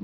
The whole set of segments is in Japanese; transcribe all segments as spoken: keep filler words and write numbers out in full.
うん。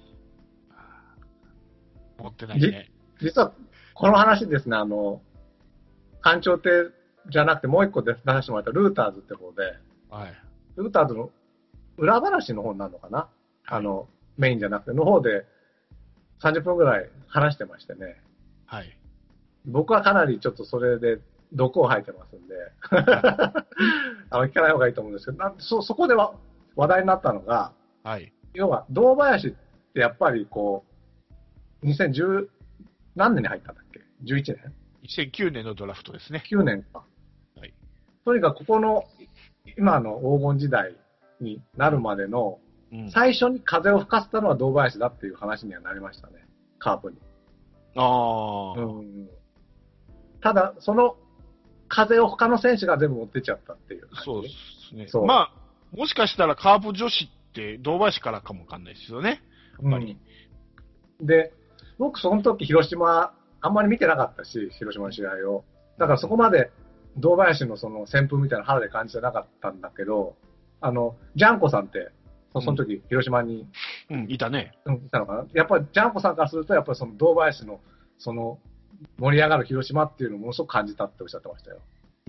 持ってないね。 実は、この話ですね、あの、官庁亭じゃなくてもう一個で出させてもらったルーターズって方で、 はい。 ルーターズの裏話の方になるのかな、はい、あの、メインじゃなくて、の方でさんじゅっぷんぐらい話してましてね。 はい。 僕はかなりちょっとそれで毒を吐いてますんで、あの聞かない方がいいと思うんですけど、な そ, そこでは話題になったのが、 はい、要は堂林ってやっぱりこうにせんじゅう何年に入ったんだっけ？じゅういちねん？ にせんきゅうねんのドラフトですね。 きゅうねんか。はい。とにかくここの今の黄金時代になるまでの、うん、最初に風を吹かせたのは堂林だっていう話にはなりましたね、カープに。 ああ。 うん。ただその風を他の選手が全部持ってっちゃったっていう。 そうですね。まあもしかしたらカープ女子って堂林からかもわかんないですよね。やっぱり。 うん、で、僕その時広島あんまり見てなかったし、広島の試合を。だからそこまで堂林のその旋風みたいな肌で感じてなかったんだけど、あの、ジャンコさんって、その時広島に、 うん、うん、いたね。 うん、いたのかな。やっぱりジャンコさんからすると、やっぱりその堂林の、その、盛り上がる広島っていうのをものすごく感じたっておっしゃってましたよ。 うん。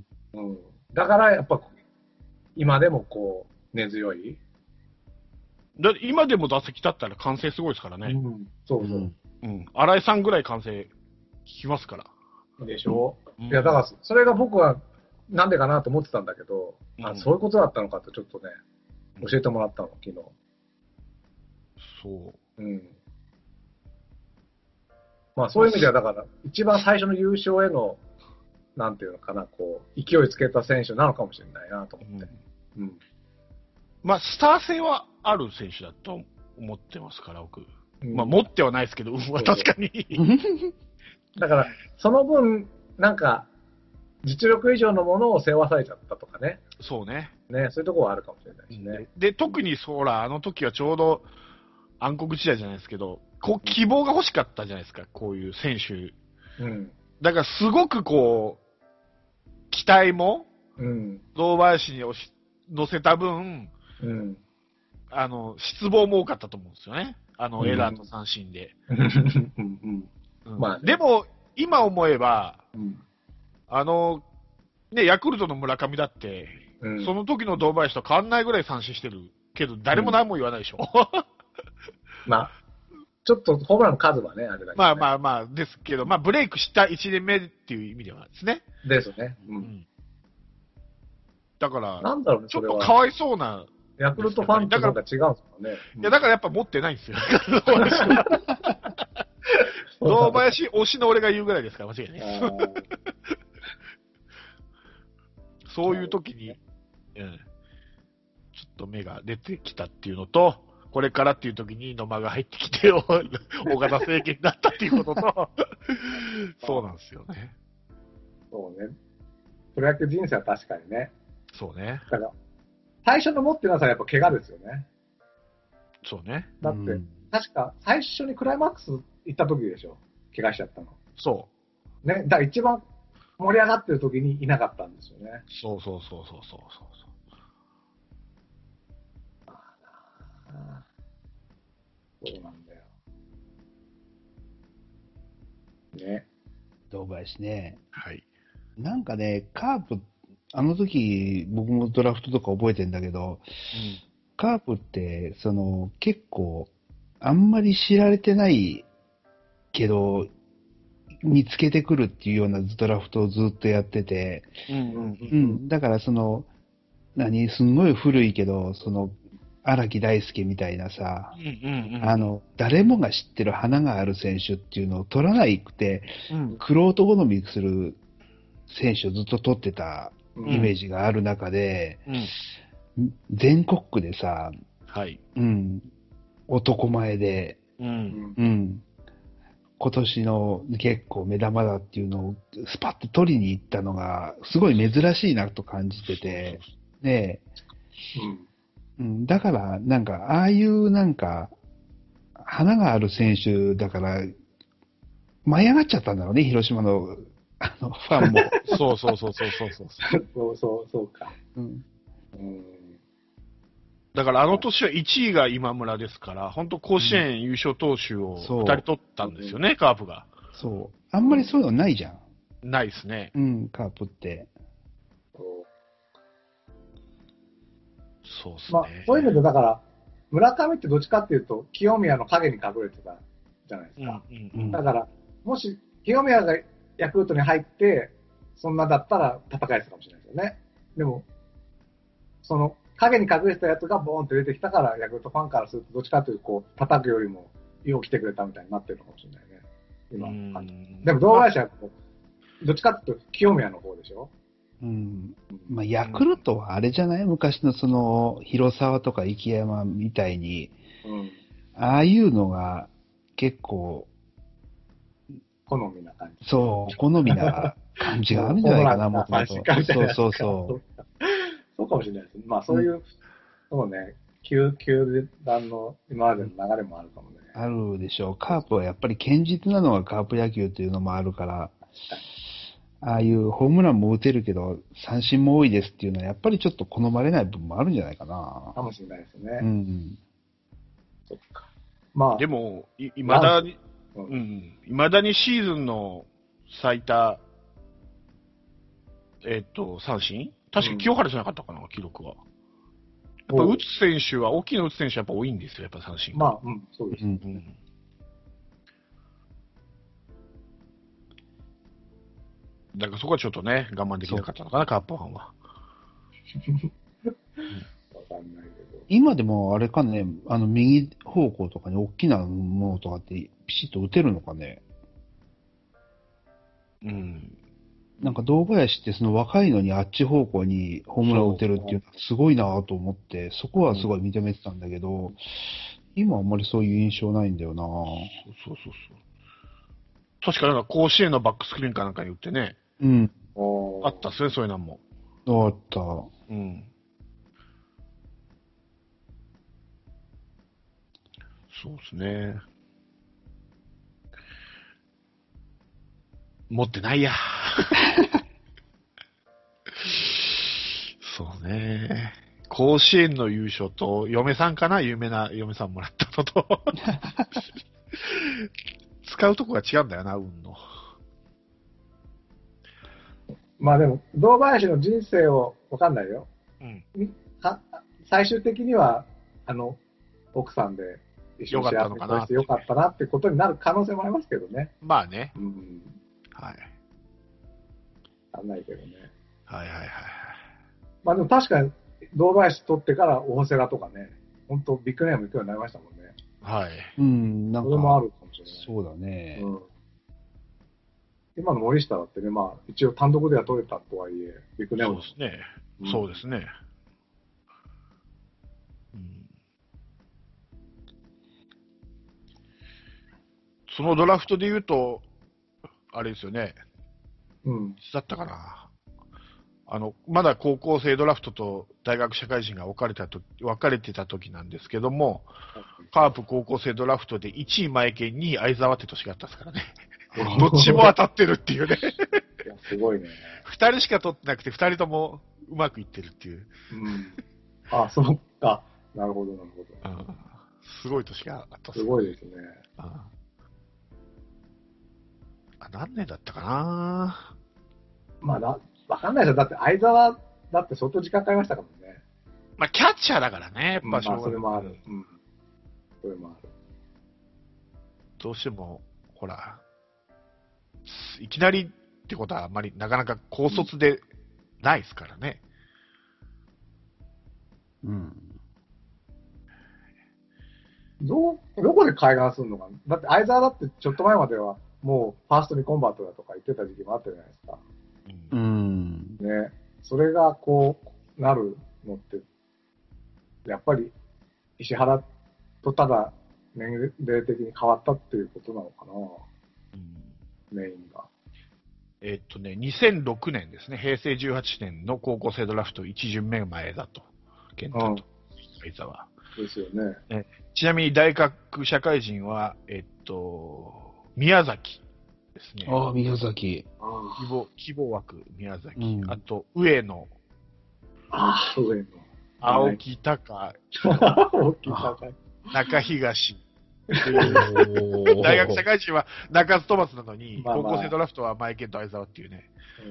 うん。だからやっぱ、今でもこう、根強い。 だ今でも打席立ったら歓声すごいですからね。 うん、そうそう。 うん。新井さんぐらい歓声聞きますから。 でしょ、うん、いや、だから、それが僕はなんでかなと思ってたんだけど、うん、あ、そういうことだったのかとちょっとね、教えてもらったの、昨日。 そう。 うん。まあそういう意味では、だから、一番最初の優勝への、なんていうのかな、こう、勢いつけた選手なのかもしれないなと思って。うん。うん、 まあ、スター性はある選手だと思ってますから、僕。うん、まあ、持ってはないですけど、うん、確かに。 だから、その分、なんか、実力以上のものを背負わされちゃったとかね。 そうね。 ね、そういうところはあるかもしれないしね。 で、特にそうら、あの時はちょうど暗黒時代じゃないですけど、こう希望が欲しかったじゃないですか、こういう選手。うん。だからすごくこう、期待も、うん。堂林に押し乗せた分、うん。あの、失望も多かったと思うんですよね。あの、エラーと三振で。うんうん、まあ、ね、でも、今思えば、うん、あの、ね、ヤクルトの村上だって、うん、その時の堂林と変わんないぐらい三振してるけど、誰も何も言わないでしょ。うん、 まあ、ちょっとホームランの数はね、あれだけど、ね。 まあまあまあ、ですけど、まあ、ブレイクしたいちねんめっていう意味ではですね。 ですね。うん。うん、 だから、 なんだろうね、 ちょっとかわいそうな。 ヤクルトファンとなんか違うんですかね。 いや、だからやっぱ持ってないんですよ。堂林推しの俺が言うぐらいですから、間違いないです。そういう時に、うん、ちょっと目が出てきたっていうのと、これからっていう時に野間が入ってきて、大型政権になったっていうことと、そうなんですよね。 そうね。プロ野球人生は確かにね。 そうね。 だから最初の持ってなさはやっぱ怪我ですよね。 そうね。 だって、うん、確か最初にクライマックス行った時でしょ。怪我しちゃったの。 そう。 ね。だから一番盛り上がってる時にいなかったんですよね。 そうそうそうそうそうそう。 ああ、そうなんだよ。ね。 堂林ね。 はい。 なんかね、カープ、あの時、僕もドラフトとか覚えてんだけど、うん、カープって、その、結構、あんまり知られてないけど、見つけてくるっていうようなドラフトをずっとやってて、うんうんうんうん、だからその、何、すんごい古いけど、その、荒木大輔みたいなさ、うんうんうん、あの、誰もが知ってる花がある選手っていうのを取らないくて、うん、玄人好みする選手をずっと取ってたイメージがある中で、うん、全国区でさ、 はい、 うん、男前で、うんうん、今年の結構目玉だっていうのをスパッと取りに行ったのがすごい珍しいなと感じてて、ねえ、うん、だからなんかああいうなんか花がある選手だから舞い上がっちゃったんだろうね、広島のあのファンも。 そうそうそうそうそうそう。 そうそうそうか。 うん。うん、 だからあの年はいちいが今村ですから、本当甲子園優勝投手をふたり取ったんですよね、うん、カープが。 そう。あんまりそういうのないじゃん。 ないですね。 うん、カープって。 そうですね。 まあ、そういう意味で、だから、村上ってどっちかっていうと、清宮の影に隠れてたじゃないですか。うんうんうん、だから、もし、清宮がヤクルトに入って、そんなだったら戦えてたかもしれないですよね。でも、その、影に隠れてたやつがボーンって出てきたから、ヤクルトファンからすると、どっちかというと、こう、叩くよりも、よう来てくれたみたいになってるのかもしれないね。今。でも、堂林は、どっちかっていうと、清宮の方でしょ。 うん。まあ、ヤクルトはあれじゃない？昔のその、広沢とか池山みたいに、うん、ああいうのが結構、 好みな感じ。 そう、好みな感じがあるんじゃないかな、もっと。そうそうそう。 そうかもしれないですね。まあそういう、うん、そうね、球、球団の今までの流れもあるかもね。 あるでしょう。カープはやっぱり堅実なのがカープ野球っていうのもあるから、ああいうホームランも打てるけど、三振も多いですっていうのは、やっぱりちょっと好まれない部分もあるんじゃないかな。 かもしれないですね。 うん。 そっか。まあ。 でも、い、いまだに、うん、いまだにシーズンの最多、えっと、三振確か清原じゃなかったかな、うん、記録は。やっぱ打つ選手は、大きな打つ選手はやっぱ多いんですよ、やっぱ三振。 まあ、うん、そうです。うんうんだからそこはちょっとね、我慢できなかったのかな、カープファンは。 わかんないけど。 今でもあれかね、あの、右方向とかに大きなものとかってピシッと打てるのかね。 うん。 なんか堂林ってその若いのにあっち方向にホームランを打てるっていうのはすごいなと思って、そこはすごい認めてたんだけど、うん、今あんまりそういう印象ないんだよな。そうそうそうそう。確かなんか甲子園のバックスクリーンかなんかに打ってね。 うん。 あったっすね、そういうのも。 あった。 うん。そうですね。持ってないや。そうね。甲子園の優勝と、嫁さんかな、有名な嫁さんもらったのと。使うとこが違うんだよな、運の。 まあでも、堂林の人生を、わかんないよ。 うん。 最終的には、あの、奥さんで一緒に幸せに暮らしてよかったなってことになる可能性もありますけどね。 まあね。 うん。 はい。 わかんないけどね。 はいはいはい。 まあでも確かに、堂林取ってから大瀬良とかね、本当ビッグネーム行くようになりましたもんね。 はい。 うん、なんか。 それもあるかもしれない。 そうだね。うん。 今の森下だってね、まあ、一応単独では取れたとはいえ、ビッグネーム。 そうですね。うん、そうですね。うん、そのドラフトで言うと、あれですよね。 うん。 いつだったかな。あの、まだ高校生ドラフトと大学社会人が分かれたと分かれてた時なんですけども、カープ高校生ドラフトでいちい前剣に相沢って年があったんですからね。どっちも当たってるっていうね。 いや、すごいね。 二人しか取ってなくて、二人ともうまくいってるっていう。 うん。あ、そっか。なるほど、なるほど。 うん、すごい年があったすごいですね。 ああ、何年だったかな。 まあな、わかんないですよ。だって相沢、だって相当時間かかりましたからね。 まあ、キャッチャーだからね、やっぱしょうがない。まあ、それもある。うん。それもある。 どうしても、ほら、いきなりってことはあんまりなかなか高卒でないですからね。 うん。 ど、どこで開眼するのかな。だって相沢だってちょっと前まではもうファーストにコンバートだとか言ってた時期もあったじゃないですか。 うん。 ね。それがこうなるのって、やっぱり石原とただ年齢的に変わったっていうことなのかな。うん、メインが。 えっとね、にせんろくねんですね。へいせいじゅうはちねんの高校生ドラフトいち巡目前だと。健太と相沢。 ですよね。 えちなみに大学社会人は、えっと、宮崎ですね。 ああ、宮崎。 希望、希望枠、宮崎。うん、あと、上野。 ああ、上野。 青木隆、 青木隆。 中東。大学社会人は中津飛ばすなのに、まあまあ、高校生ドラフトは前健と相沢っていうね。うん、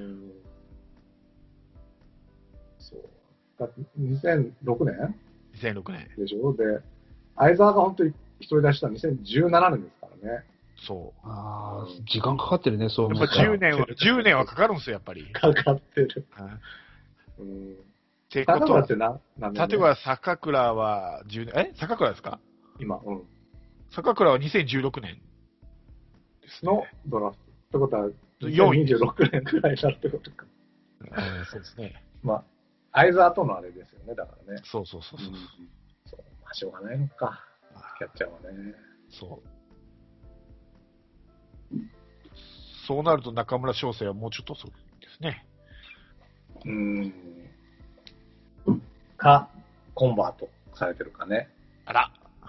そう。だにせんろくねん ? にせんろく 年。 でしょ。で、相沢が本当に一人出したにせんじゅうななねんですからね。 そう。 ああ、時間かかってるね、そう思ったら。やっぱじゅうねんは、じゅうねんはかかるんですよ、やっぱり。 かかってる。 うん。ってことは、 ってな、 例えば坂倉はじゅうねん、え坂倉ですか今、うん。 坂倉はにせんじゅうろくねんですね。のドラフト。ってことは、よんじゅうろくねんくらいだってことか。 そうですね。 まあ、相沢とのあれですよね、だからね。 そうそうそうそう。うん、 そうまあ、しょうがないのか、キャッチャーはね。 そう。そうなると中村翔成はもうちょっと遅いですね。 うーん。か、コンバートされてるかね。 あら。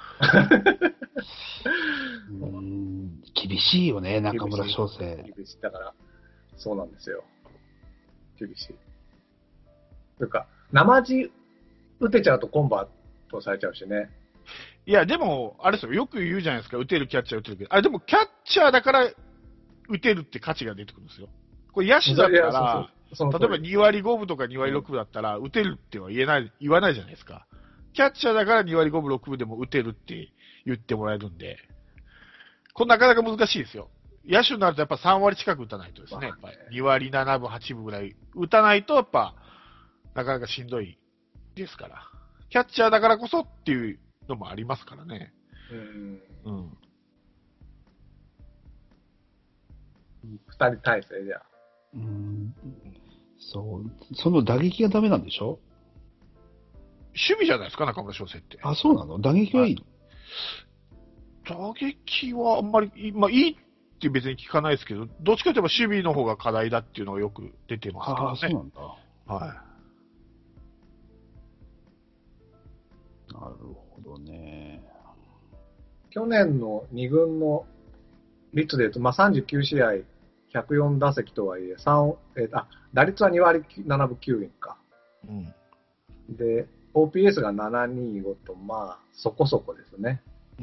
うーん厳しいよね、中村翔成。 厳しい。だから、そうなんですよ。厳しい。というか、生地打てちゃうとコンバートされちゃうしね。 いや、でも、あれですよ、よく言うじゃないですか、打てるキャッチャー打てるけど。あれ、でもキャッチャーだから打てるって価値が出てくるんですよ。これ野手だったら、例えばにわりごぶとかにわりろくぶだったら、打てるっては言えない、言わないじゃないですか。キャッチャーだからにわりごぶろくぶでも打てるって言ってもらえるんで、これなかなか難しいですよ。野手になるとやっぱさんわり近く打たないとですね、やっぱりにわりななぶ、はちぶぐらい打たないとやっぱ、なかなかしんどいですから。キャッチャーだからこそっていうのもありますからね。うん。うん。 二人体制じゃ。 うん。そう。その打撃がダメなんでしょ？ 守備じゃないですか、中村翔成って。 あ、そうなの？打撃はいいの？ 打撃はあんまり、まあいいって別に聞かないですけど、どっちかといえば守備の方が課題だっていうのがよく出てますけどね。 ああ、そうなんだ。 はい。 なるほどね。 去年のに軍の率で言うと、まあ、さんじゅうきゅうしあい、ひゃくよんだせきとはいえ、3、えー、あ、打率はにわりななぶきゅうりんか。うん。で、オーピーエス がななにごと、まあ、そこそこですね。 うん。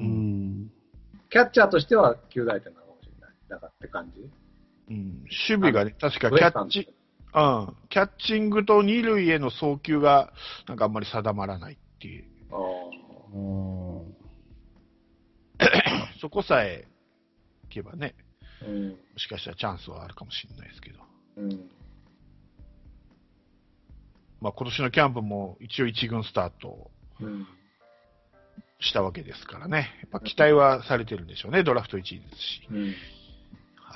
キャッチャーとしてはきゅうだいてんなのかもしれない。だからって感じ。 うん。守備がね、確かキャッチ、うん。キャッチングと二塁への送球が、なんかあんまり定まらないっていう。あそこさえいけばね、うん、もしかしたらチャンスはあるかもしれないですけど。うん、まあ今年のキャンプも一応一軍スタートしたわけですからね。やっぱ期待はされてるんでしょうね、ドラフトいちいですし。うん、はい。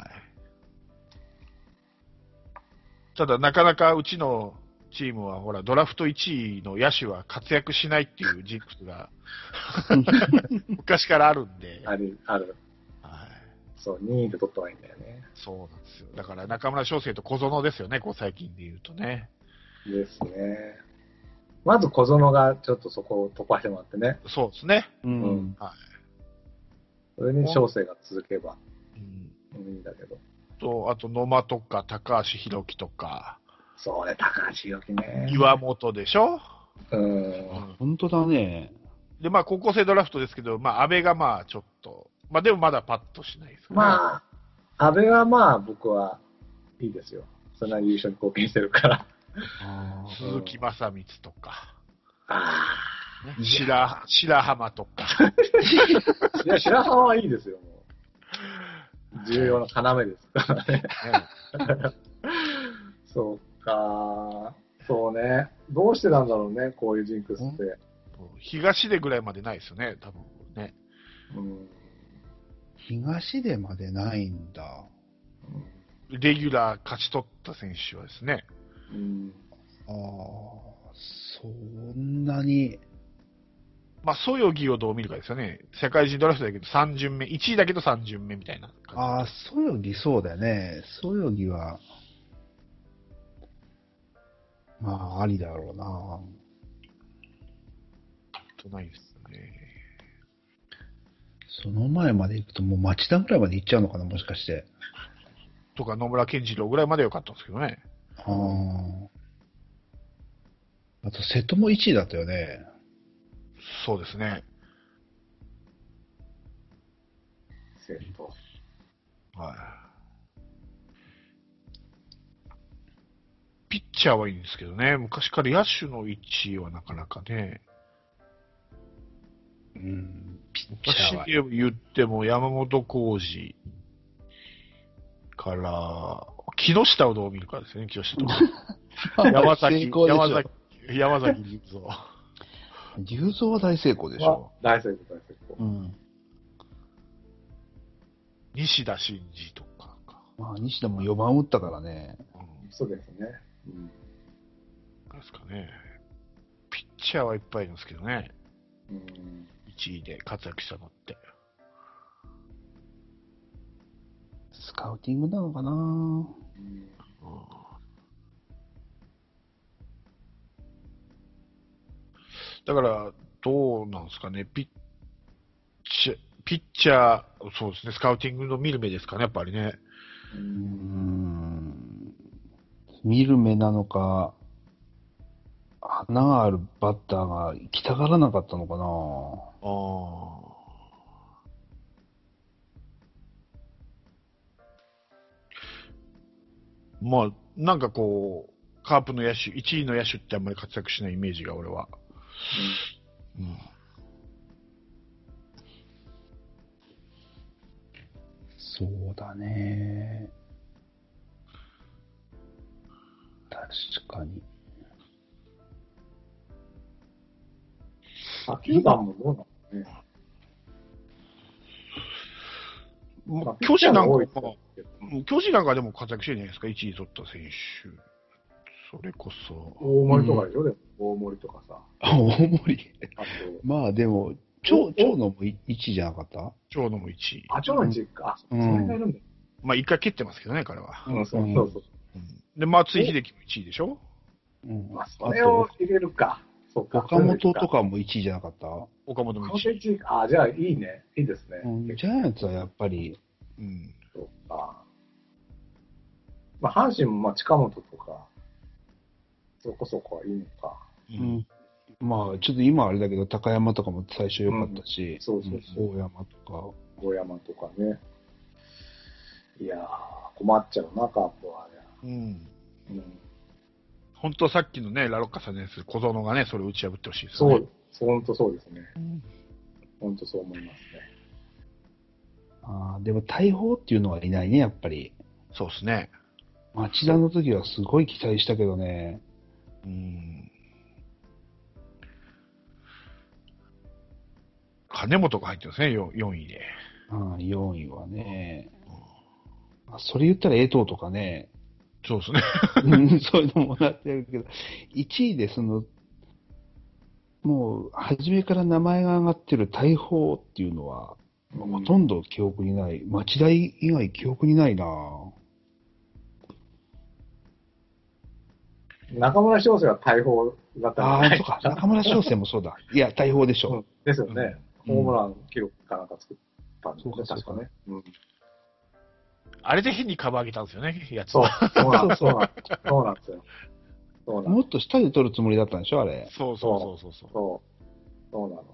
ただなかなかうちのチームはほらドラフトいちいの野手は活躍しないっていうジンクスが昔からあるんで。 ある、ある。はい。そう、にいで取った方がいいんだよね。 そうなんですよ。だから中村翔成と小園ですよね、こう最近で言うとね。 ですね。まず小園がちょっとそこを突破してもらってね。 そうですね。 うん。うん、はい。それに翔成が続けば、うん、いいんだけど。 と、あと野間とか高橋宏樹とか。 そうね、高橋宏樹ね。 岩本でしょ？ うん。本当だね。 で、まあ、高校生ドラフトですけど、まあ、安倍がまあ、ちょっと、まあ、でもまだパッとしないですね。 まあ、安倍はまあ、僕はいいですよ。そんなに優勝に貢献してるから。 鈴木正光とか。 ああ。白、白浜とか。 いや、白浜はいいですよ、もう。重要な要ですからね。そうか。そうね。どうしてなんだろうね、こういうジンクスって。 東出ぐらいまでないですよね、多分ね。 うん、東出までないんだ。 レギュラー勝ち取った選手はですね。 うん、ああ、そんなに。 まあ、そよぎをどう見るかですよね。世界人ドラフトだけどさん巡目、いちいだけどさん巡目みたいな感じ。 ああ、そよぎそうだよね。そよぎは、まあ、ありだろうな。 とないですね。 その前まで行くと、もう町田ぐらいまで行っちゃうのかな、もしかして。 とか野村健次郎ぐらいまで良かったんですけどね。ああ。 あと、瀬戸もいちいだったよね。 そうですね。 瀬戸。 はい。ピッチャーはいいんですけどね。昔から野手のいちいはなかなかね。 うん、ピッチャーは。 私で言っても山本浩二から、木下をどう見るかですね、木下と。山崎、山崎、山崎龍造。 龍造は大成功でしょ。 大成功、大成功。 うん。 西田真二とかか。 まあ、西田もよばん打ったからね。 うん、そうですね。うん。 なんですかね。ピッチャーはいっぱいいるんですけどね。 うん。 いちいで活躍したのって。 スカウティングなのかな、うん、 だから、どうなんですかね。ピッチャー、ピッチャー、そうですね。スカウティングの見る目ですかね、やっぱりね。 うーん。見る目なのか、花があるバッターが行きたがらなかったのかな。 ああ。まあ、なんかこう、カープの野手、いちいの野手ってあんまり活躍しないイメージが俺は。うん。うん、 そうだね。確かに。 さきゅうばんもどうなのね。 まあ、巨人なんか、巨人なんかでも活躍してるじゃないですか、いちい取った選手。それこそ。 大森とかでしょ、うん、でも大森とかさ。 あ、大森。まあでも、長野もいちいじゃなかった？ 長野もいちい。 あ、長野いちいか。うん、それがいるんだ。 まあ一回蹴ってますけどね、彼は。 うん、そうそうそう。 うん、で、松井秀喜もいちいでしょ？ うん。まあ、それを入れるか。 そうか。岡本とかもいちいじゃなかった？ 岡本もいちい。 あ、じゃあいいね。いいですね。 うん、ジャイアンツはやっぱり。 うん。 そうか。まあ、阪神もまあ近本とか、そこそこはいいのか。 うん。まあ、ちょっと今あれだけど、高山とかも最初良かったし、 うん、そうそうそう。 大山とか。 大山とかね。いやー、困っちゃうな、カープはね。 うん。うん。本当さっきのね、ラロッカさんのやつ、小園がね、それを打ち破ってほしいですね。 そう、本当そうですね。うん、本当そう思いますね。 ああ、でも大砲っていうのはいないね、やっぱり。 そうですね。 町田の時はすごい期待したけどね。 うん。金本が入ってるんですね、よんいで。 ああ、よんいはね。うん、あ、それ言ったら江藤とかね。 そうですね。 うん、そういうのもなってるけど、いちいでその、もう、初めから名前が上がってる大砲っていうのは、うん、ほとんど記憶にない。町田以外記憶にないなぁ。 中村翔成は大砲だったんじゃないですか。ああ、そうか。中村翔成もそうだ。いや、大砲でしょ。うん、 ですよね。うん、ホームラン記録かなんか作ったんですね、確かね。うん、 あれで変に株上げたんですよね、やつは。そう、そうなんそうそうなんですよ。そうなんもっと下で取るつもりだったんでしょ、あれ。 そうそうそうそう。 そう。そうなの。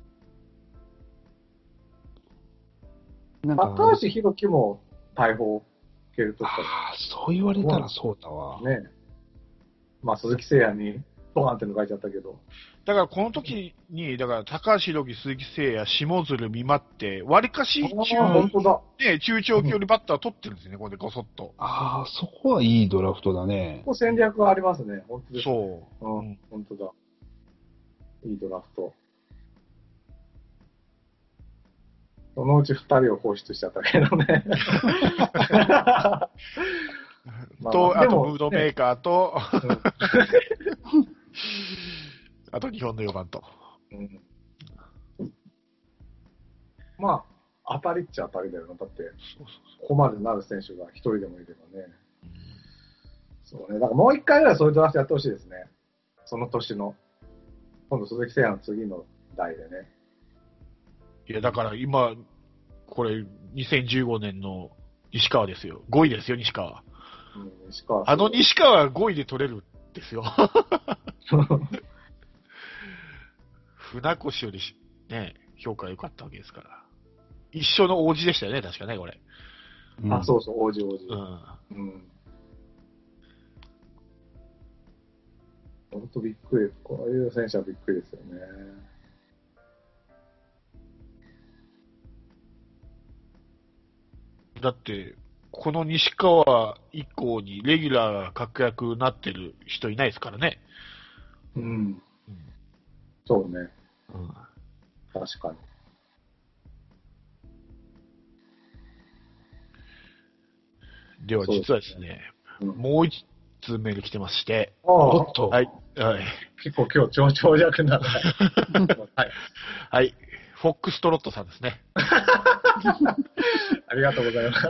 なんか高橋宏樹も大砲蹴るとった。 ああ、そう言われたらそうだわ。 ね。まあ、鈴木誠也にドーンって抜かれちゃったけど。 だからこの時に、だから高橋宏樹、鈴木誠也、下鶴、見舞って、わりかし中、 本当だ。 ね、中長距離バッター取ってるんですよね、これでごそっと。 ああ、そこはいいドラフトだね。 ここ戦略がありますね、本当です、ね。 そう。 うん、本当だ。いいドラフト。そのうち二人を放出しちゃったけどね。 と、あと、ムードメーカーと、あと日本のよばんと。うん、 まあ、当たりっちゃ当たりだよな。だって、ここまでなる選手が一人でもいればね。うん、そうね。だからもう一回ぐらいそういうドラフトやってほしいですね。その年の。今度鈴木誠也の次の代でね。 いや、だから今、これ、にせんじゅうごねんの西川ですよ。ごいですよ、西川。 うん、西川あの西川はごいで取れるんですよ。 船越よりね、評価良かったわけですから。一緒の王子でしたよね、確かね、これ。 うん、あ、そうそう、王子王子。 うん。うん。 ほんとびっくり。こういう選手はびっくりですよね。 だって、この西川以降にレギュラーが確約になってる人いないですからね。 うん。うん、そうね。 うん。 確かに。 では、実はですね、ううん、もう一通メール来てまして。 おっと。 はい。はい。 結構今日長長尺なので。はい。 はい。フォックストロットさんですね。 ありがとうございます。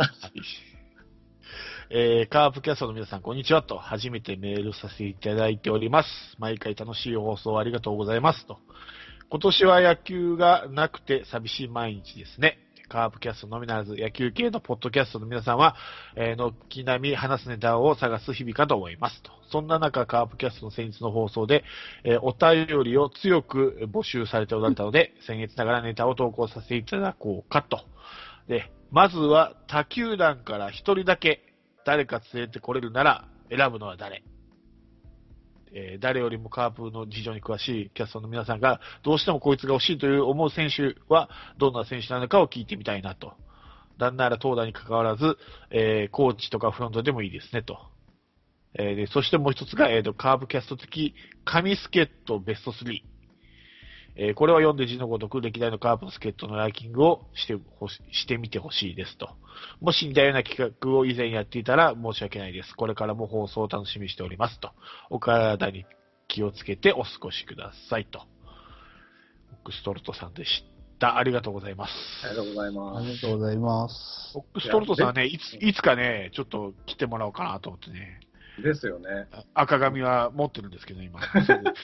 えー、カープキャストの皆さん、こんにちはと、初めてメールさせていただいております。毎回楽しい放送ありがとうございますと。今年は野球がなくて寂しい毎日ですね。カープキャストのみならず野球系のポッドキャストの皆さんは、えー、軒並み話すネタを探す日々かと思いますと。そんな中、カープキャストの先日の放送で、えー、お便りを強く募集されておられたので、先月ながらネタを投稿させていただこうかと。で、まずは他球団から一人だけ誰か連れてこれるなら選ぶのは誰？えー、誰よりもカープの事情に詳しいキャストの皆さんがどうしてもこいつが欲しいという思う選手はどんな選手なのかを聞いてみたいなと。なんなら投打に関わらず、えー、コーチとかフロントでもいいですねと。えー、でそしてもう一つが、えーと、カープキャスト的神助っ人ベストスリー。えー、これは読んで字のごとく歴代のカープの助っ人のランキングをしてほし、してみてほしいですと。もし似たような企画を以前やっていたら申し訳ないです。これからも放送を楽しみにしておりますと。お体に気をつけてお過ごしくださいと。オックストロトさんでした。ありがとうございます。 ありがとうございます。 ありがとうございます。 オックストロトさんはね、いつ、いつかね、ちょっと来てもらおうかなと思ってね。 ですよね。 赤髪は持ってるんですけど、今。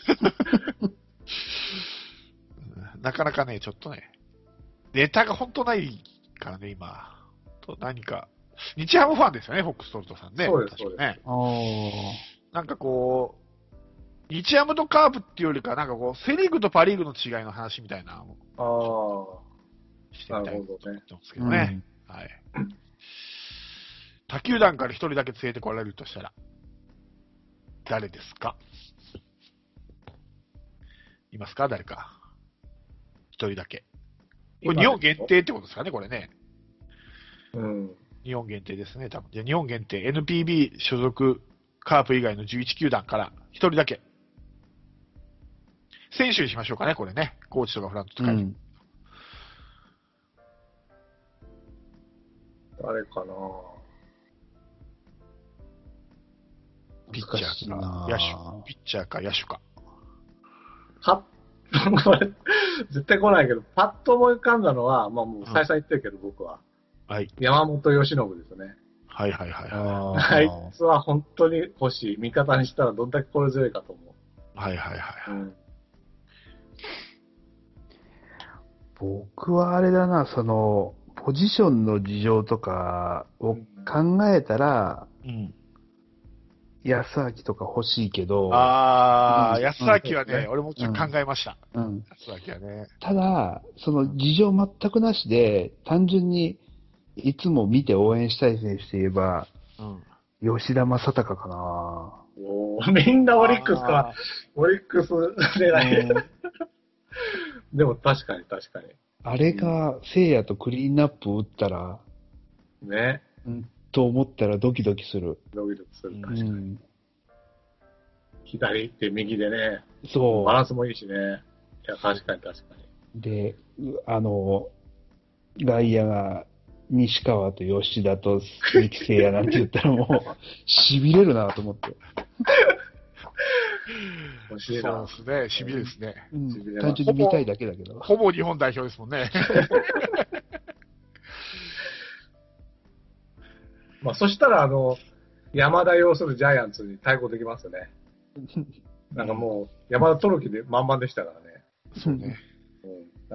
なかなかね、ちょっとね、ネタが本当ないからね、今。と何か、日ハムファンですよね、フォックストロトさんね。 そうです、そうです。 ね、なんかこう、日ハムとカープっていうよりか、なんかこう、セリーグとパリーグの違いの話みたいなのをしてみたいと思ってますけどね。うん、はい。他球団から一人だけ連れてこられるとしたら、誰ですか？いますか？誰か。一人だけ。これ日本限定ってことですかね、これね。 うん。 日本限定ですね、多分。じゃ日本限定、エヌピービー 所属カープ以外のじゅういち球団から一人だけ。選手にしましょうかね、これね。コーチとかフラントとかに。うん、 誰かなピッチャーか、野手。ピッチャーか、野手か。 はこれ、絶対来ないけど、パッと思い浮かんだのは、まあもう再三言ってるけど、うん、僕は。 はい。 山本由伸ですね。 はいはいはい、 はい。あいつは本当に欲しい。味方にしたらどんだけ心強いかと思う。 はいはいはい。うん、 僕はあれだな、その、ポジションの事情とかを考えたら、うん。安明とか欲しいけど。 ああ、うん、安明はね、うん、俺もちょっと考えました。 うん。 安明はね。 ただ、その事情全くなしで、単純にいつも見て応援したい選手といえば、うん、吉田正尚かな。 おー、みんなオリックスか。オリックス狙い。でも確かに確かに。 あれが、聖夜とクリーンアップを打ったら、 ね。 うん。と思ったらドキドキする。 ドキドキする、確かに。うん、左行って右でね。 そう。 バランスもいいしね。いや、確かに確かに。で、あの、外野が西川と吉田と鈴木誠也なんて言ったらもう、痺れるなと思って。 そうですね、痺れですね。 うん、単純に見たいだけだけど。 ほぼ日本代表ですもんね。 まあ、そしたら、あの、山田要するジャイアンツに対抗できますよね。なんかもう、山田取る気で満々でしたからね。 そうね。 うん、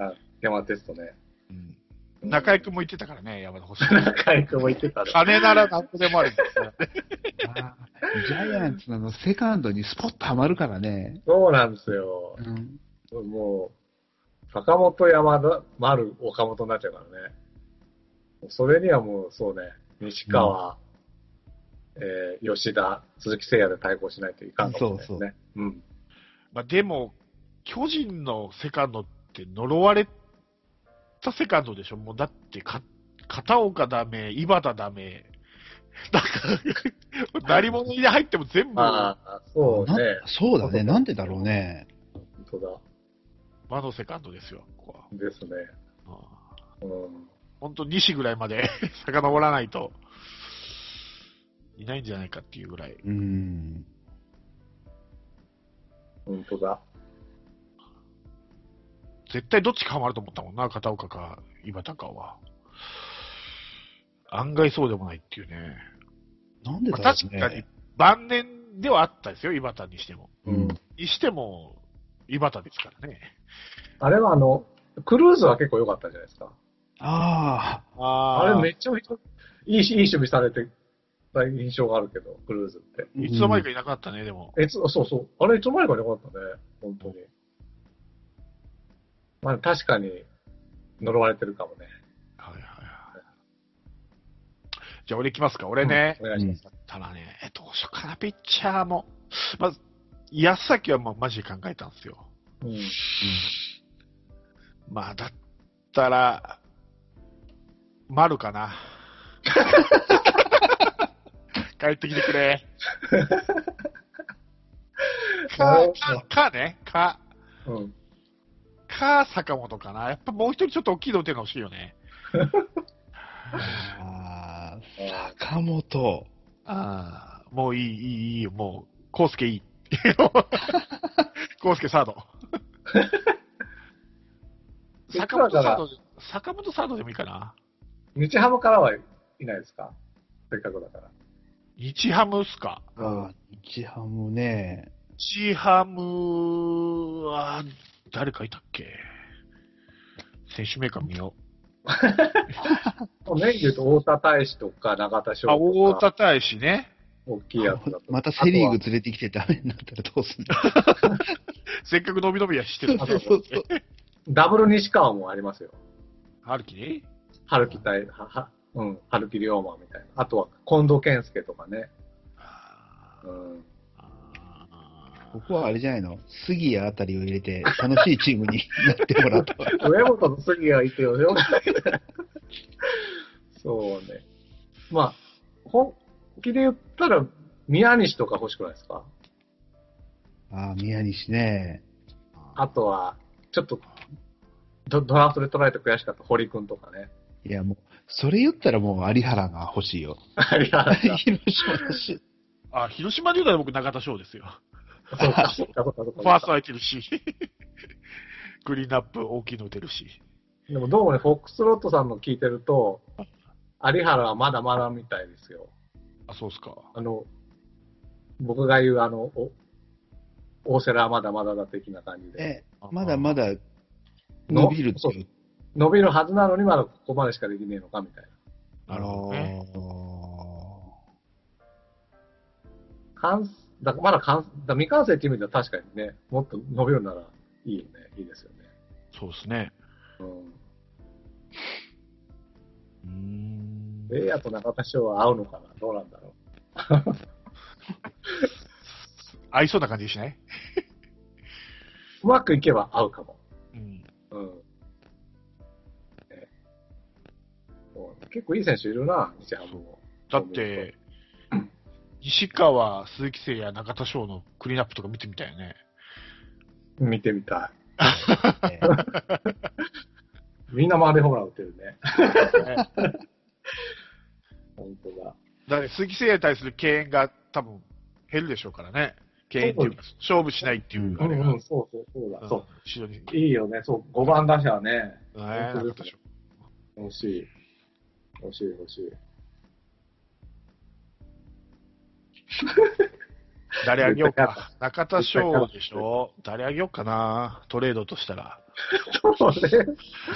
あ山田テストね。 うん、中井くんも言ってたからね、山田欲しい。 中井くんも言ってたね。 金なら何個でもあるんですよね。 ジャイアンツのセカンドにスポッとはまるからね。 そうなんですよ。うん、もう、坂本、山田、丸、岡本になっちゃうからね。それにはもう、そうね、西川、うん、えー、吉田、鈴木誠也で対抗しないといかんかもしれないですね。そうそう。うん。 まあ、でも、巨人のセカンドって呪われたセカンドでしょ。もうだってか、片岡ダメ、井端ダメ。なんか、何者に入っても全部。ああ、そうね。 そうだね。なんでだろうね。 本当だ。 魔のセカンドですよ、ここは。 ですね。あうん、本当、西ぐらいまで遡らないといないんじゃないかっていうぐらい。 うん。 本当だ。 絶対どっちかはまると思ったもんな、片岡か井端かは。案外そうでもないっていうね。 なんでだろうね。まあ、 確かに晩年ではあったですよ、井端にしても。 うん。 にしても、井端ですからね。 あれはあの、クルーズは結構良かったじゃないですか。 ああ。あれめっちゃいい、いい守備されてた印象があるけど、クルーズって。 いつの間にかいなかったね、でも。 えつ、そうそう。あれいつの間にかいなかったね、本当に。まあ確かに呪われてるかもね。 はいはいはい。じゃあ俺行きますか。俺ね。 うん、お願いします。 ただね、どうしようかな、ピッチャーも。まず、安崎はもうマジで考えたんですよ。 うん。うん、 まあ、だったら、丸かな。帰ってきてくれ。か、か、かね。か。 うん。 か、坂本かな。やっぱもう一人ちょっと大きいの手が欲しいよね。 ああ、坂本。 ああ、もういい、いい、いいよ。もう、コウスケいい。コウスケサード。坂本サード、坂本サードでもいいかな。 日ハムからはいないですか？せっかくだから。 日ハムっすか？ ああ、日ハムね。 日ハムは、誰かいたっけ？選手名鑑見よう。メインで言うと、太田大使とか永田翔とか。 あ、太田大使ね。 大きいやつだと。 またセリーグ連れてきてダメになったらどうすんのせっかく伸び伸びはしてる。 そうそうそう。 ダブル西川もありますよ。 春樹ね。 春樹対、は、は、うん、春樹龍馬みたいな。あとは、近藤健介とかね。うん。 ここはあれじゃないの？杉谷あたりを入れて楽しいチームになってもらった。 上本の杉谷いてよ、よそうね。まあ、本気で言ったら、宮西とか欲しくないですか？ ああ、宮西ね。 あとは、ちょっとド、ドラフトで取られて悔しかった堀君とかね。 いや、もう、それ言ったらもう有原が欲しいよ。 有原広島だし。 あ、広島で言うたら僕中田翔ですよ。 そうか、そうか、そうか。ファースト空いてるし。グリーンナップ大きいの打てるし。 でもどうもね、フォックスロットさんの聞いてると、有原はまだまだみたいですよ。 あ、そうですか。 あの、僕が言うあの、お大瀬良はまだまだだ的な感じで。 え、まだまだ伸びるっていう。 伸びるはずなのにまだここまでしかできねえのかみたいな。なるほどね。 完だまだ完だ未完成っていう意味では確かにね、もっと伸びるならいいよね。いいですよね。 そうですね。 うん。 うーん。 レイヤーと中田翔は合うのかな？どうなんだろう。 合いそうな感じしない？ うまくいけば合うかも。 うん。 うん。ね、結構いい選手いるな、日ハムも。 だって、西川、鈴木誠也、中田翔のクリーンアップとか見てみたいよね。 見てみたい。みんな周りホームラン打ってるね。本当だ。 だから鈴木誠也に対する敬遠が多分減るでしょうからね。敬遠っていうか、勝負しないっていうあれが。 うんうん、そうそう、そうだ。そう。 後ろに。 いいよね、そう。ごばん打者はね。 えー、中田翔。 欲しい。欲しい、欲しい。 誰あげようか。中田翔でしょ？誰あげようかな。トレードとしたら。 そうね。相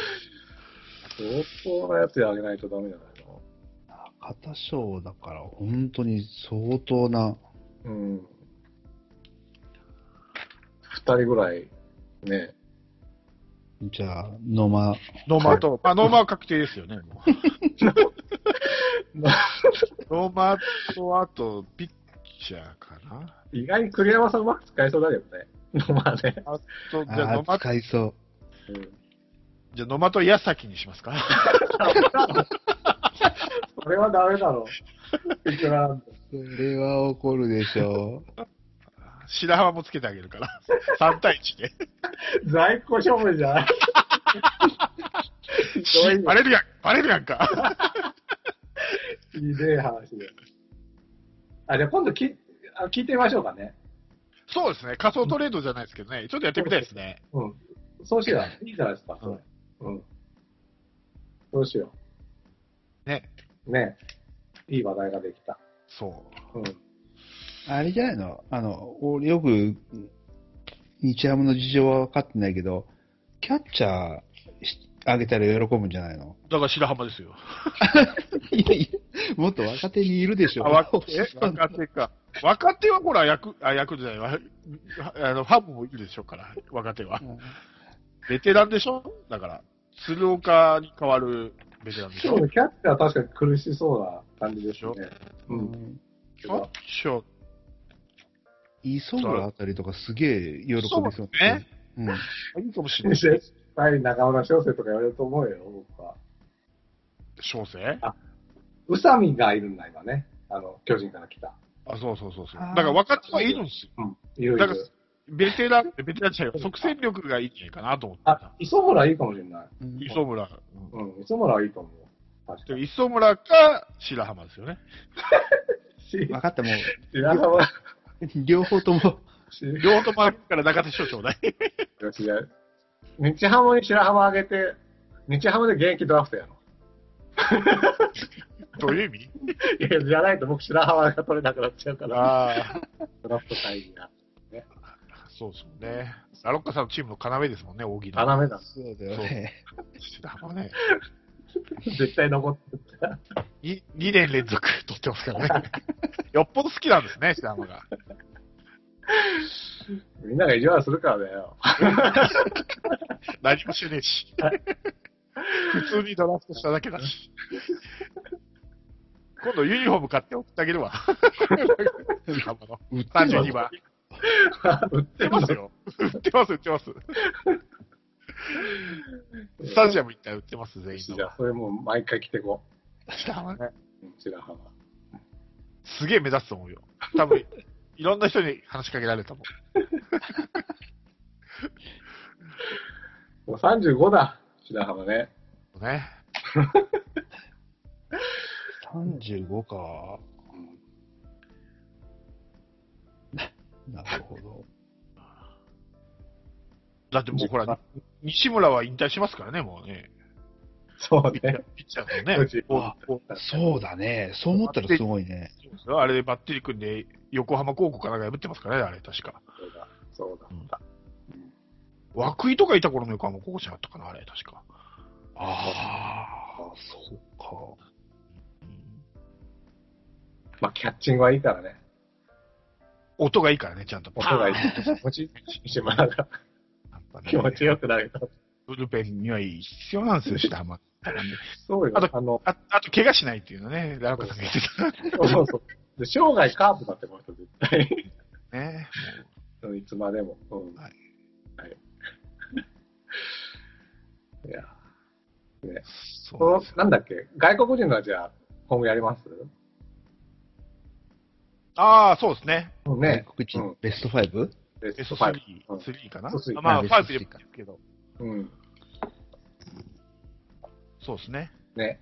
当なやつであげないとダメじゃないの？ 中田翔だから本当に相当な。 うん。二人ぐらい、ね。 じゃあ、ノマ。 ノマと、まあ、ノマは確定ですよね。もうノマと、あと、ピッチャーかな。 意外に栗山さんうまく使えそうだけどね。ノマね。 あと、じゃあ、ノマ。 使いそう。 うん、じゃあ、ノマと矢崎にしますか。 それはダメだろ。いくらそれは怒るでしょう。 白浜もつけてあげるから。さん対いちで。 在庫処分じゃない。 バレるやん、バレるやんか。 ひでえ話で。あ、じゃあ今度きあ聞いてみましょうかね。 そうですね。仮想トレードじゃないですけどね。ちょっとやってみたいですね。 うん。そうしよう。いいじゃないですか、それ。うん。そうしよう。ね。 ね。いい話題ができた。 そう。 うん。 あれじゃないのあの、俺よく、日ハムの事情は分かってないけど、キャッチャーあげたら喜ぶんじゃないのだから白浜ですよ。 いやいや、もっと若手にいるでしょ。 あ、若手若手か。若手はほら、役、あ、役じゃないわ。あの、ファンもいるでしょから、若手は。ベテランでしょだから、鶴岡に代わるベテランでしょ。 そうね、キャッチャーは確かに苦しそうな感じでしょ。ね、 うん。 キャッチャー。 磯村あたりとかすげえ喜びそうね。 うん。 いいかもしれない。 絶対中村翔成とか言われると思うよ、僕は。 翔成？ あ、宇佐美がいるんだ、今ね。あの、巨人から来た。 あ、そうそうそうそう。だから若手はいるんですよ。 うん。いるいる。 だから、ベテラン、ベテランじゃないよ。即戦力がいいんじゃないかなと思って。 あ、磯村いいかもしれない。 うん、磯村。 うん、磯村はいいと思う。 確かに。磯村か白浜ですよね。 分かった、もう。 白浜。 両方とも。 両方ともあるから中手所長だい。 違う。日ハムに白浜上げて、日ハムで現役ドラフトやろ。 どういう意味？ いや、じゃないと僕白浜が取れなくなっちゃうから。ああ。ドラフト会議が。 ね、そうですもんね。ラロッカさんのチームの要ですもんね、扇の。 要だ。 そうだよね。 白浜ね。 絶対残ってた。 に、にねん連続取ってますからね。よっぽど好きなんですね、白浜が。 みんなが意地悪するからだよ。 何もしねえし。普通にドラフトしただけだし。今度ユニフォーム買って送ってあげるわ。白浜の。さんじゅうにばん。 売ってますよ。売ってます、売ってます。スタジアム行ったら売ってます、全員。 じゃあ、それもう毎回着てこう。白浜ね。 白浜。 すげえ目立つと思うよ。多分、いろんな人に話しかけられたもん。 もうさんじゅうごだ、白浜ね。 ね。 さんじゅうごか。なるほど。 だってもうほら、西村は引退しますからね、もうね。 そうね。 ピッチャーのね。 そうだね。そう思ったらすごいね。 あれでバッテリー組んで、横浜高校かなんか破ってますからね、あれ、確か。 そうだ、そうだった。 涌井とかいた頃の横浜高校じゃなかったかな、あれ、確か。 ああ、そうか。 まあ、キャッチングはいいからね。 音がいいからね、ちゃんと。 音がいい。気持ち、西村が。気持ちよくなると。 ブルペンには必要なんですよ、白浜。 そうよ。 あと、 あの、 ああと怪我しないっていうのね、ラロカさんが言ってた。 そうそう。で生涯カープだって、この人絶対。 ねもういつまでも。うん。 はい。 はい。いや。ね。 そうその、なんだっけ、外国人のはじゃあ、今後やります？ ああ、そうですね。 ね。 外国人、ベスト ファイブ？ ベストスリー、スリーかな。まあ、ファイブでもいいけど。 うん。 そうですね。 ね。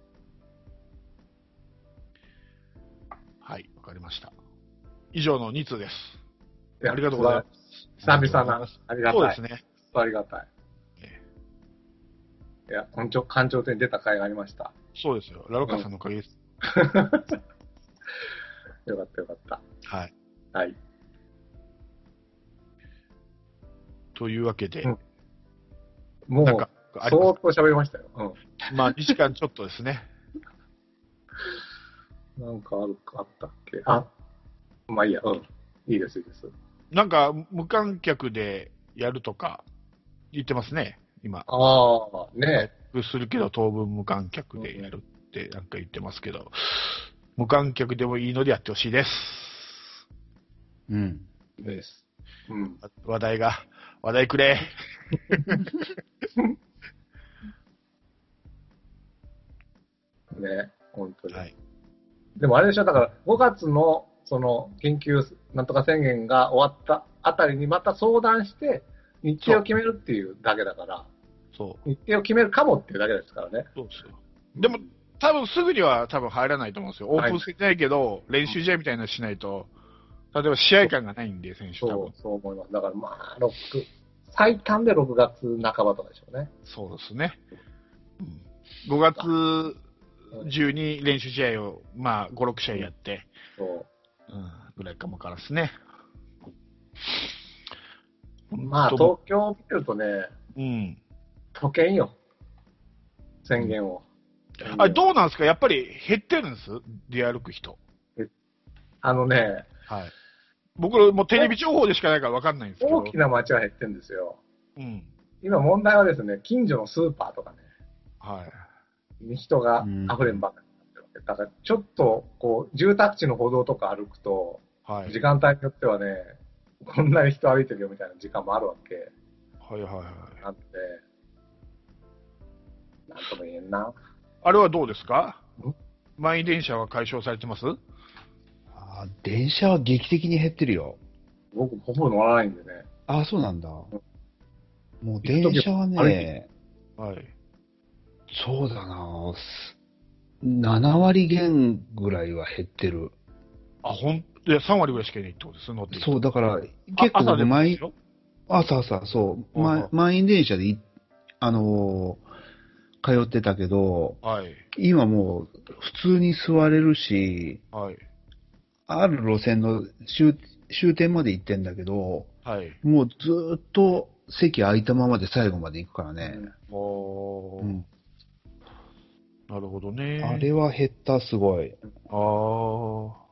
はい、わかりました。以上のに通です。 ありがとうございます。 久々な、ありがたい。 そうですね。 ありがたい。いや、館長、館長店に出た甲斐がありました。 そうですよ。ラロカさんのおかげです。 よかったよかった。 はい。 はい。 というわけで。 うん、もう、相当喋りましたよ。 うん。まあ、にじかんちょっとですね。 なんかあるかあったっけあ、 まあいいや、うん。いいです、いいです。 なんか、無観客でやるとか言ってますね、今。 ああ、ねえ。するけど、当分無観客でやるってなんか言ってますけど、無観客でもいいのでやってほしいです。 うん。 です。うん。 話題が、話題くれ。 ね、本当に。 はい。 でもあれでしょ、だからごがつのその緊急なんとか宣言が終わったあたりにまた相談して日程を決めるっていうだけだから、 そう。 日程を決めるかもっていうだけですからね。 そうですよ。でも、多分すぐには多分入らないと思うんですよ。オープンしてないけど、練習試合みたいなのしないと、例えば試合感がないんで、選手多分。 そう、そう思います。だからまあ、ろく、最短でろくがつなかばとかでしょうね。 そうですね。うん、ごがつ中に練習試合を、まあ、ご、ろく試合やって、 そう。 うん、ぐらいかもからですね。 まあ、東京を見てるとね、 うん。 都県よ。宣言を。 うん、あれ、どうなんですか？やっぱり減ってるんです出歩く人。 あのね、 はい。僕もテレビ情報でしかないから分かんないんですけど。 大きな街は減ってるんですよ。 うん。 今問題はですね、近所のスーパーとかね。 はい。 に人が溢れんばかりになってるわけ。だからちょっと、こう、住宅地の歩道とか歩くと、はい、時間帯によってはね、こんなに人歩いてるよみたいな時間もあるわけ。 はいはいはい。 なんで、なんとも言えんな。 あれはどうですか？満員電車は解消されてます？ あ、電車は劇的に減ってるよ。 僕、ほぼ乗らないんでね。 あ、そうなんだ。うん、もう電車はね、 はい。 そうだな、なな割減ぐらいは減ってる。 あ、ほん、いや、さん割ぐらいしかいないってことです、乗ってる人。 そう、だから、結構僕、満員、朝朝、そう、ま、満員電車で、あのー、通ってたけど、 はい、 今もう、普通に座れるし、はい、ある路線の終、終点まで行ってんだけど、はい、もうずーっと席空いたままで最後まで行くからね。 うん、おー、うん、なるほどね。 あれは減った、すごい。 ああ。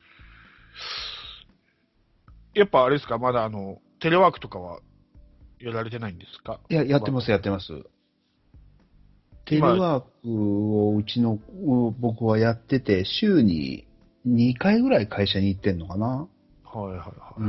やっぱあれですか、まだあの、テレワークとかはやられてないんですか？ いや、やってます、やってます。テレワークをうちの、僕はやってて、週ににかいぐらい会社に行ってんのかな。 はいはいはい。うん。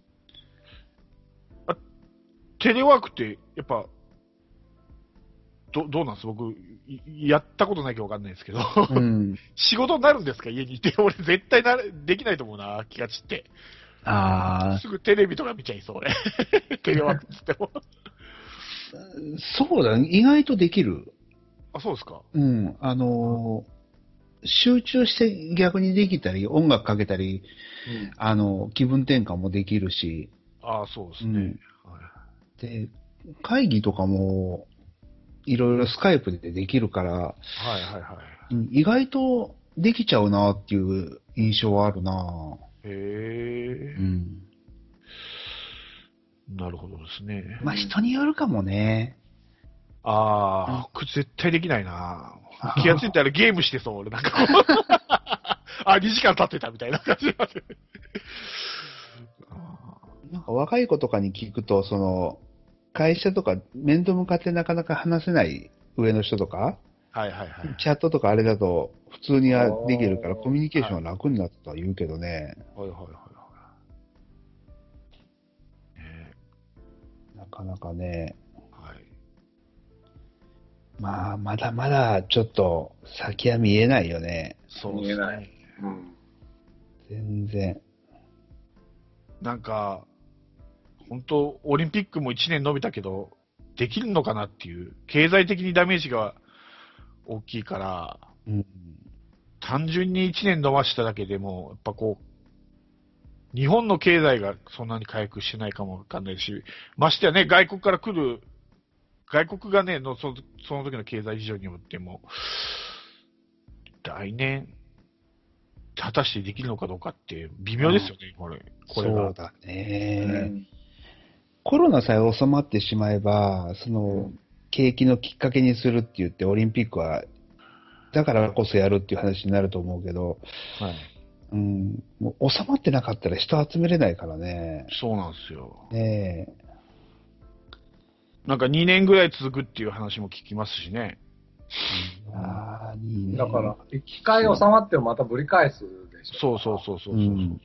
あ、テレワークって、やっぱ、ど、どうなんです？僕、やったことないかわかんないですけど。うん、仕事になるんですか？家にいて。俺絶対なできないと思うな、気が散って。ああ。すぐテレビとか見ちゃいそう、俺。テレワークっても。 そうだ、意外とできる。 あ、そうですか。 うん。あのー、集中して逆にできたり、音楽かけたり、うん、あの、気分転換もできるし。 ああ、そうですね。うん、 はい、で、会議とかも、いろいろスカイプでできるから、はいはいはい。意外とできちゃうなっていう印象はあるな。へえ。うん。 なるほどですね。 まあ人によるかもね。 ああ、僕絶対できないな。気がついたらゲームしてそう、俺なんかこう。あ、にじかん経ってたみたいな感じなんで。 なんか若い子とかに聞くと、その、会社とか面と向かってなかなか話せない上の人とか、はいはいはい。チャットとかあれだと普通にはできるからコミュニケーションは楽になったとは言うけどね。はいはいはいはい。なかなかね。はい。まあ、まだまだちょっと先は見えないよね。 そうですね。見えない。うん。 全然。 なんか、本当、オリンピックもいちねん延びたけど、できるのかなっていう、経済的にダメージが大きいから、うん、単純にいちねん延ばしただけでも、やっぱこう、日本の経済がそんなに回復してないかもわかんないし、ましてやね、外国から来る、外国がね、のそその時の経済事情によっても、来年、果たしてできるのかどうかって微妙ですよね、これ。これが。そうだね。うんコロナさえ収まってしまえば、その、景気のきっかけにするって言って、オリンピックは、だからこそやるっていう話になると思うけど、はい。 うん。もう収まってなかったら人集めれないからね。 そうなんですよ。 ねえ。 なんかにねんぐらい続くっていう話も聞きますしね。 ああ、いいね。 だから、一回収まってもまたぶり返すでしょ。 そうそうそうそうそう。 うん。 うん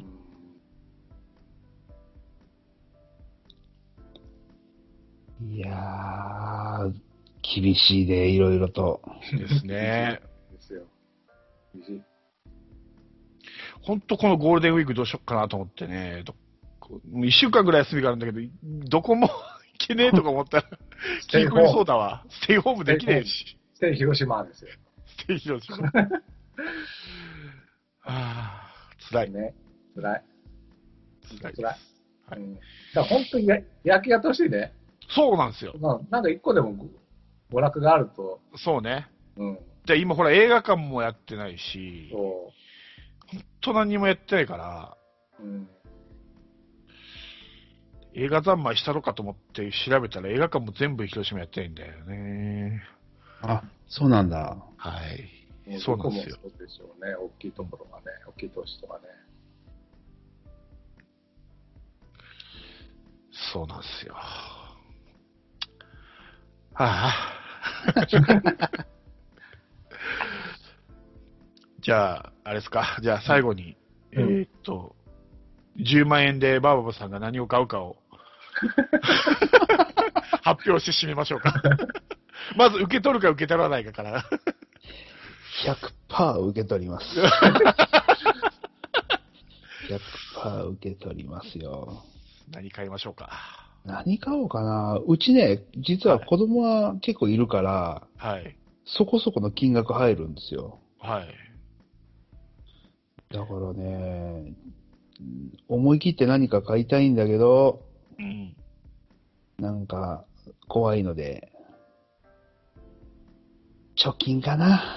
いやー、厳しいで、いろいろと。 ですね。 ですよ。厳しい。 ほんとこのゴールデンウィークどうしよっかなと思ってね。どもう一週間ぐらい休みがあるんだけど、どこも行けねえとか思ったら、気食いそうだわ。ステイホームできねえし。 ステイ広島ですよ。 ステイ広島。はあ、辛い。 ね。辛い。 辛い。 辛い。 はい、 うん。だから本当にや野球やってほしいね。 そうなんですよ。 なんか一個でも娯楽があると。 そうね。 うん。 で、今ほら映画館もやってないし、 そう。 ほんと何にもやってないから、 うん。 映画三昧したのかと思って調べたら映画館も全部広島やってないんだよね。 あ、そうなんだ。 はい。 もそうなんですよ。 そうでしょうね。大きいところがね。大きい都市とかね。 そうなんですよ。はあ。じゃあ、あれですか。じゃあ最後に、うん、えー、っと、じゅうまんえんでバーババさんが何を買うかを発表して締めましょうか。まず受け取るか受け取らないかから。 ひゃくパーセント 受け取ります。ひゃくパーセント 受け取りますよ。 何買いましょうか。 何買おうかな。うちね、実は子供は結構いるから、 はい。 そこそこの金額入るんですよ。 はい。 だからね、思い切って何か買いたいんだけど、 うん、 なんか怖いので、貯金かな。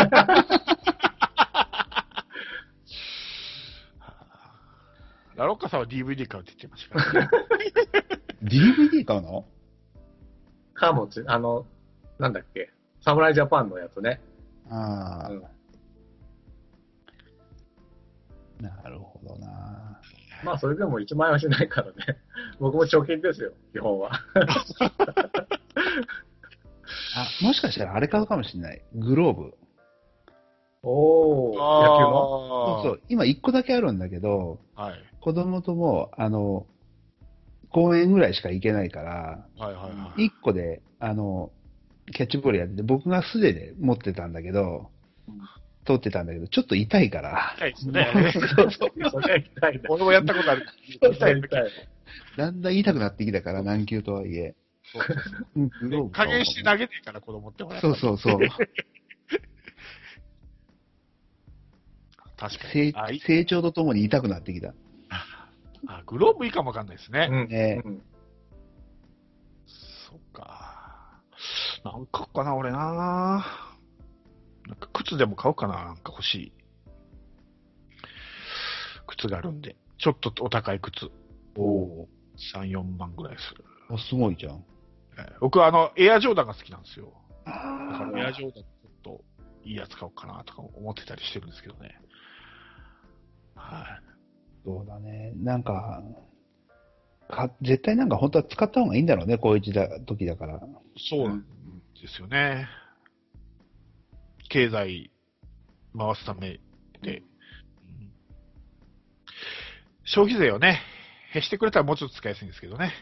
ラロッカさんは ディーブイディー 買うって言ってましたからね。 ディーブイディー 買うの？ カーモチ、あの、なんだっけ、サムライジャパンのやつね。 ああ、 うん。 なるほどな。 まあ、それでもいちまん円はしないからね。僕も貯金ですよ、基本は。 あ、もしかしたらあれ買うかもしれない。グローブ。 おー、野球の？ そうそう。今いっこだけあるんだけど、 はい、 子供とも、あの、公園ぐらいしか行けないから、 はいはいはい、 いっこで、あの、キャッチボールやってて、僕が素手で持ってたんだけど、通ってたんだけど、ちょっと痛いから。 痛いですね。 そうそう。それ痛い。 俺もやったことある。 痛い痛い。 だんだん痛くなってきたから、軟球とはいえ。 そうそうそう。加減して投げてから子供ってもらそうそうそう。 確かに。成長とともに痛くなってきた。 あ、グローブいいかもわかんないですね。 うんねうん、 そっか。なんかかな、俺な。なんか靴でも買おうかな、なんか欲しい。靴があるんで。ちょっとお高い靴。 おお。 さん、よんまんぐらいする。 あ、すごいじゃん。 僕はあの、エアジョーダンが好きなんですよ。だからエアジョーダンちょっといいやつ買おうかなとか思ってたりしてるんですけどね。はい。 そうだね。なんか、か絶対なんか本当は使った方がいいんだろうね、こういう時だ時だから。 そうなんですよね。経済回すためで。うん、消費税をね、減してくれたらもうちょっと使いやすいんですけどね。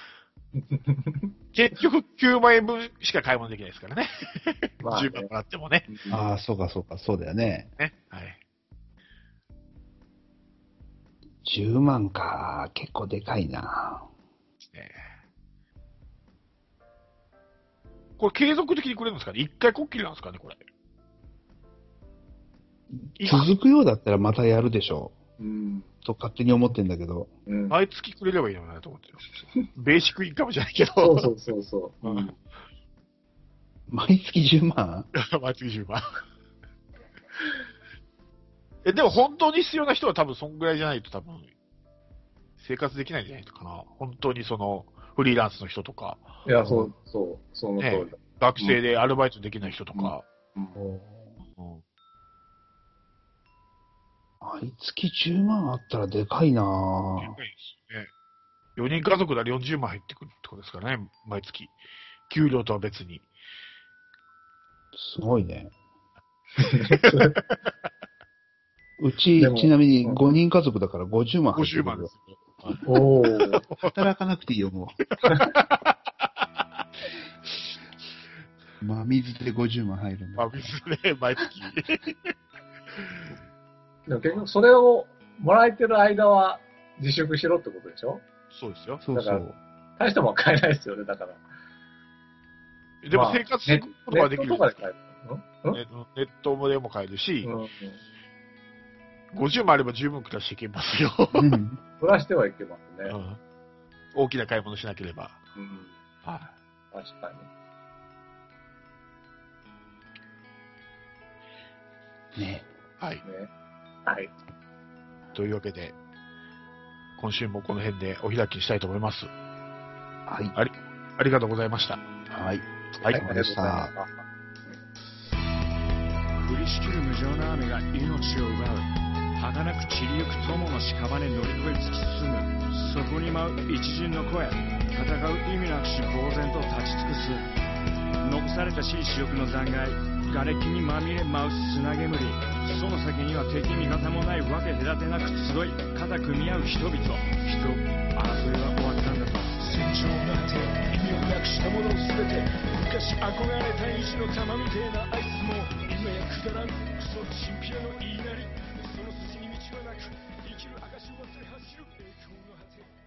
結局きゅうまんえんぶんしか買い物できないですからね。まあ、ね、じゅうまんもらってもね。 ああ、そうかそうか、そうだよね。 ね。はい。 じゅうまんか、結構でかいな。 ね、これ継続的にくれるんですかね？一回こっきりなんですかね、これ。 続くようだったらまたやるでしょう。うん。 と勝手に思ってんだけど。 うん、毎月くれればいいのかなと思ってる。ベーシックインカムじゃないけど。 そうそうそうそう。うん、 毎月じゅうまん毎月じゅうまん。え、でも本当に必要な人は多分そんぐらいじゃないと多分生活できないんじゃないかな。本当にそのフリーランスの人とか。 いや、そう、そう、その通り、ね。 学生でアルバイトできない人とか。 うんうんうん毎月じゅうまんあったらでかいなぁ。 でかいですね。よにん家族ならよんじゅうまん入ってくるってことですからね、毎月。給料とは別に。 すごいね。うち、ちなみにごにん家族だからごじゅうまん入ってくる。 ごじゅうまんですよ。 おー。 働かなくていいよ、もう。真水でごじゅうまん入るんだ。 真水ね、毎月。 でも結局それをもらえてる間は自粛しろってことでしょ？ そうですよ。 そうそう。 大したもんは買えないですよね、だから。 でも生活することができる。 ネットとかで買えるの？ ネネットでも買えるし、 うんうん、 ごじゅうまんあれば十分暮らしていけますよ。 うん、 暮らしてはいけますね、 うん。大きな買い物しなければ。 うん、 はい、 確かに。ね。 はい。 ね。はい。 というわけで、今週もこの辺でお開きにしたいと思います。 はい。 あり、ありがとうございました。 はい。 はい。 ありがとうございました。 降りしきる無情な雨が命を奪う。儚く散りゆく友の屍乗り越え突き進む。そこに舞う一陣の声。戦う意味なくし呆然と立ち尽くす。残された私利私欲の残骸。瓦礫にまみれ舞う砂煙。その先には敵味方もないわけ隔てなく集い肩組み合う人々。人、争いは終わったんだと。戦場なんて意味をなくしたもの全て。昔憧れた意地の玉みてえなあいつも今やくだらんクソチンピラの言いなり。その筋に道はなく生きる証を忘れ走る栄光の果て。